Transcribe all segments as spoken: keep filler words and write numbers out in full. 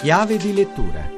Chiave di lettura.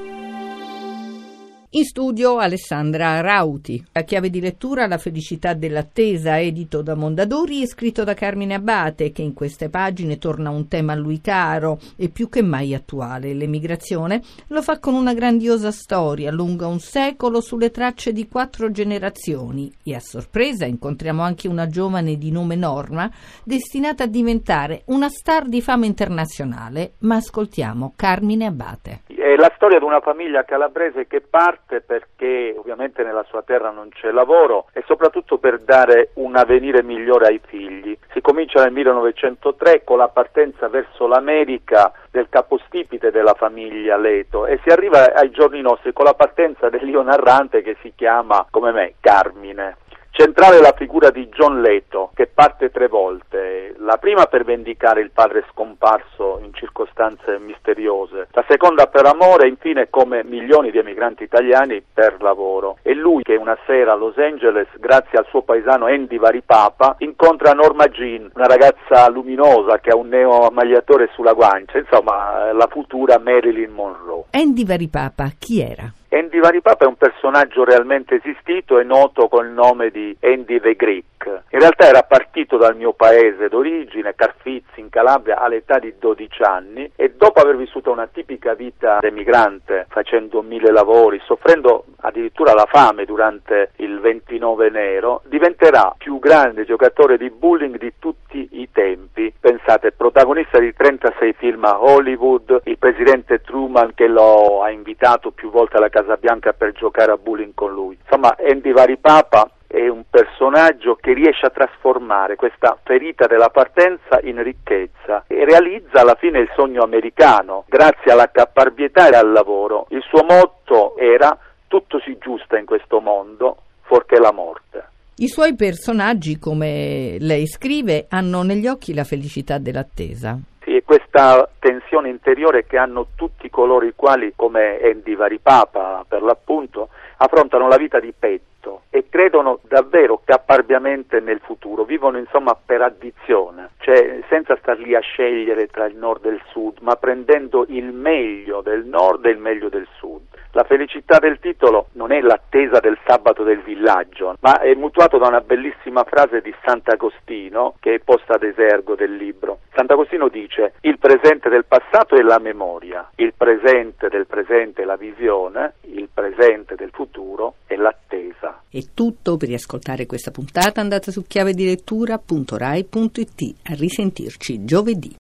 In studio Alessandra Rauti. A chiave di lettura La felicità dell'attesa, edito da Mondadori e scritto da Carmine Abbate, che in queste pagine torna un tema a lui caro e più che mai attuale. L'emigrazione lo fa con una grandiosa storia, lunga un secolo, sulle tracce di quattro generazioni, e a sorpresa incontriamo anche una giovane di nome Norma, destinata a diventare una star di fama internazionale. Ma ascoltiamo Carmine Abbate. È la storia di una famiglia calabrese che parte perché ovviamente nella sua terra non c'è lavoro e soprattutto per dare un avvenire migliore ai figli. Si comincia nel millenovecentotre con la partenza verso l'America del capostipite della famiglia Leto e si arriva ai giorni nostri con la partenza dell'io narrante che si chiama, come me, Carmine. Centrale la figura di John Leto, che parte tre volte, la prima per vendicare il padre scomparso in circostanze misteriose, la seconda per amore e infine come milioni di emigranti italiani per lavoro. E lui che una sera a Los Angeles, grazie al suo paesano Andy Varipapa, incontra Norma Jean, una ragazza luminosa che ha un neomagliatore sulla guancia, insomma la futura Marilyn Monroe. Andy Varipapa chi era? Andy Varipapa è un personaggio realmente esistito e noto col nome di Andy the Greek. In realtà era partito dal mio paese d'origine, Carfizzi, in Calabria, all'età di dodici anni e dopo aver vissuto una tipica vita emigrante, facendo mille lavori, soffrendo addirittura la fame durante il ventinove nero, diventerà più grande giocatore di bowling di tutti i tempi. Pensate, protagonista di trentasei film a Hollywood, il presidente Truman che lo ha invitato più volte alla Casa Bianca per giocare a bowling con lui. Insomma, Andy Varipapa è un personaggio che riesce a trasformare questa ferita della partenza in ricchezza e realizza alla fine il sogno americano grazie alla caparbietà e al lavoro. Il suo motto era: tutto si giusta in questo mondo, fuorché la morte. I suoi personaggi, come lei scrive, hanno negli occhi la felicità dell'attesa. Sì, e questa tensione interiore che hanno tutti coloro i quali, come Andy Varipapa per l'appunto, affrontano la vita di petto e credono davvero caparbiamente nel futuro, vivono insomma per addizione, cioè senza star lì a scegliere tra il nord e il sud, ma prendendo il meglio del nord e il meglio del sud. La felicità del titolo non è l'attesa del sabato del villaggio, ma è mutuato da una bellissima frase di Sant'Agostino, che è posta ad esergo del libro. Sant'Agostino dice: il presente del passato è la memoria, il presente del presente è la visione, il presente del futuro è l'attesa. È tutto. Per riascoltare questa puntata andate su chiavedilettura punto rai punto it. A risentirci giovedì.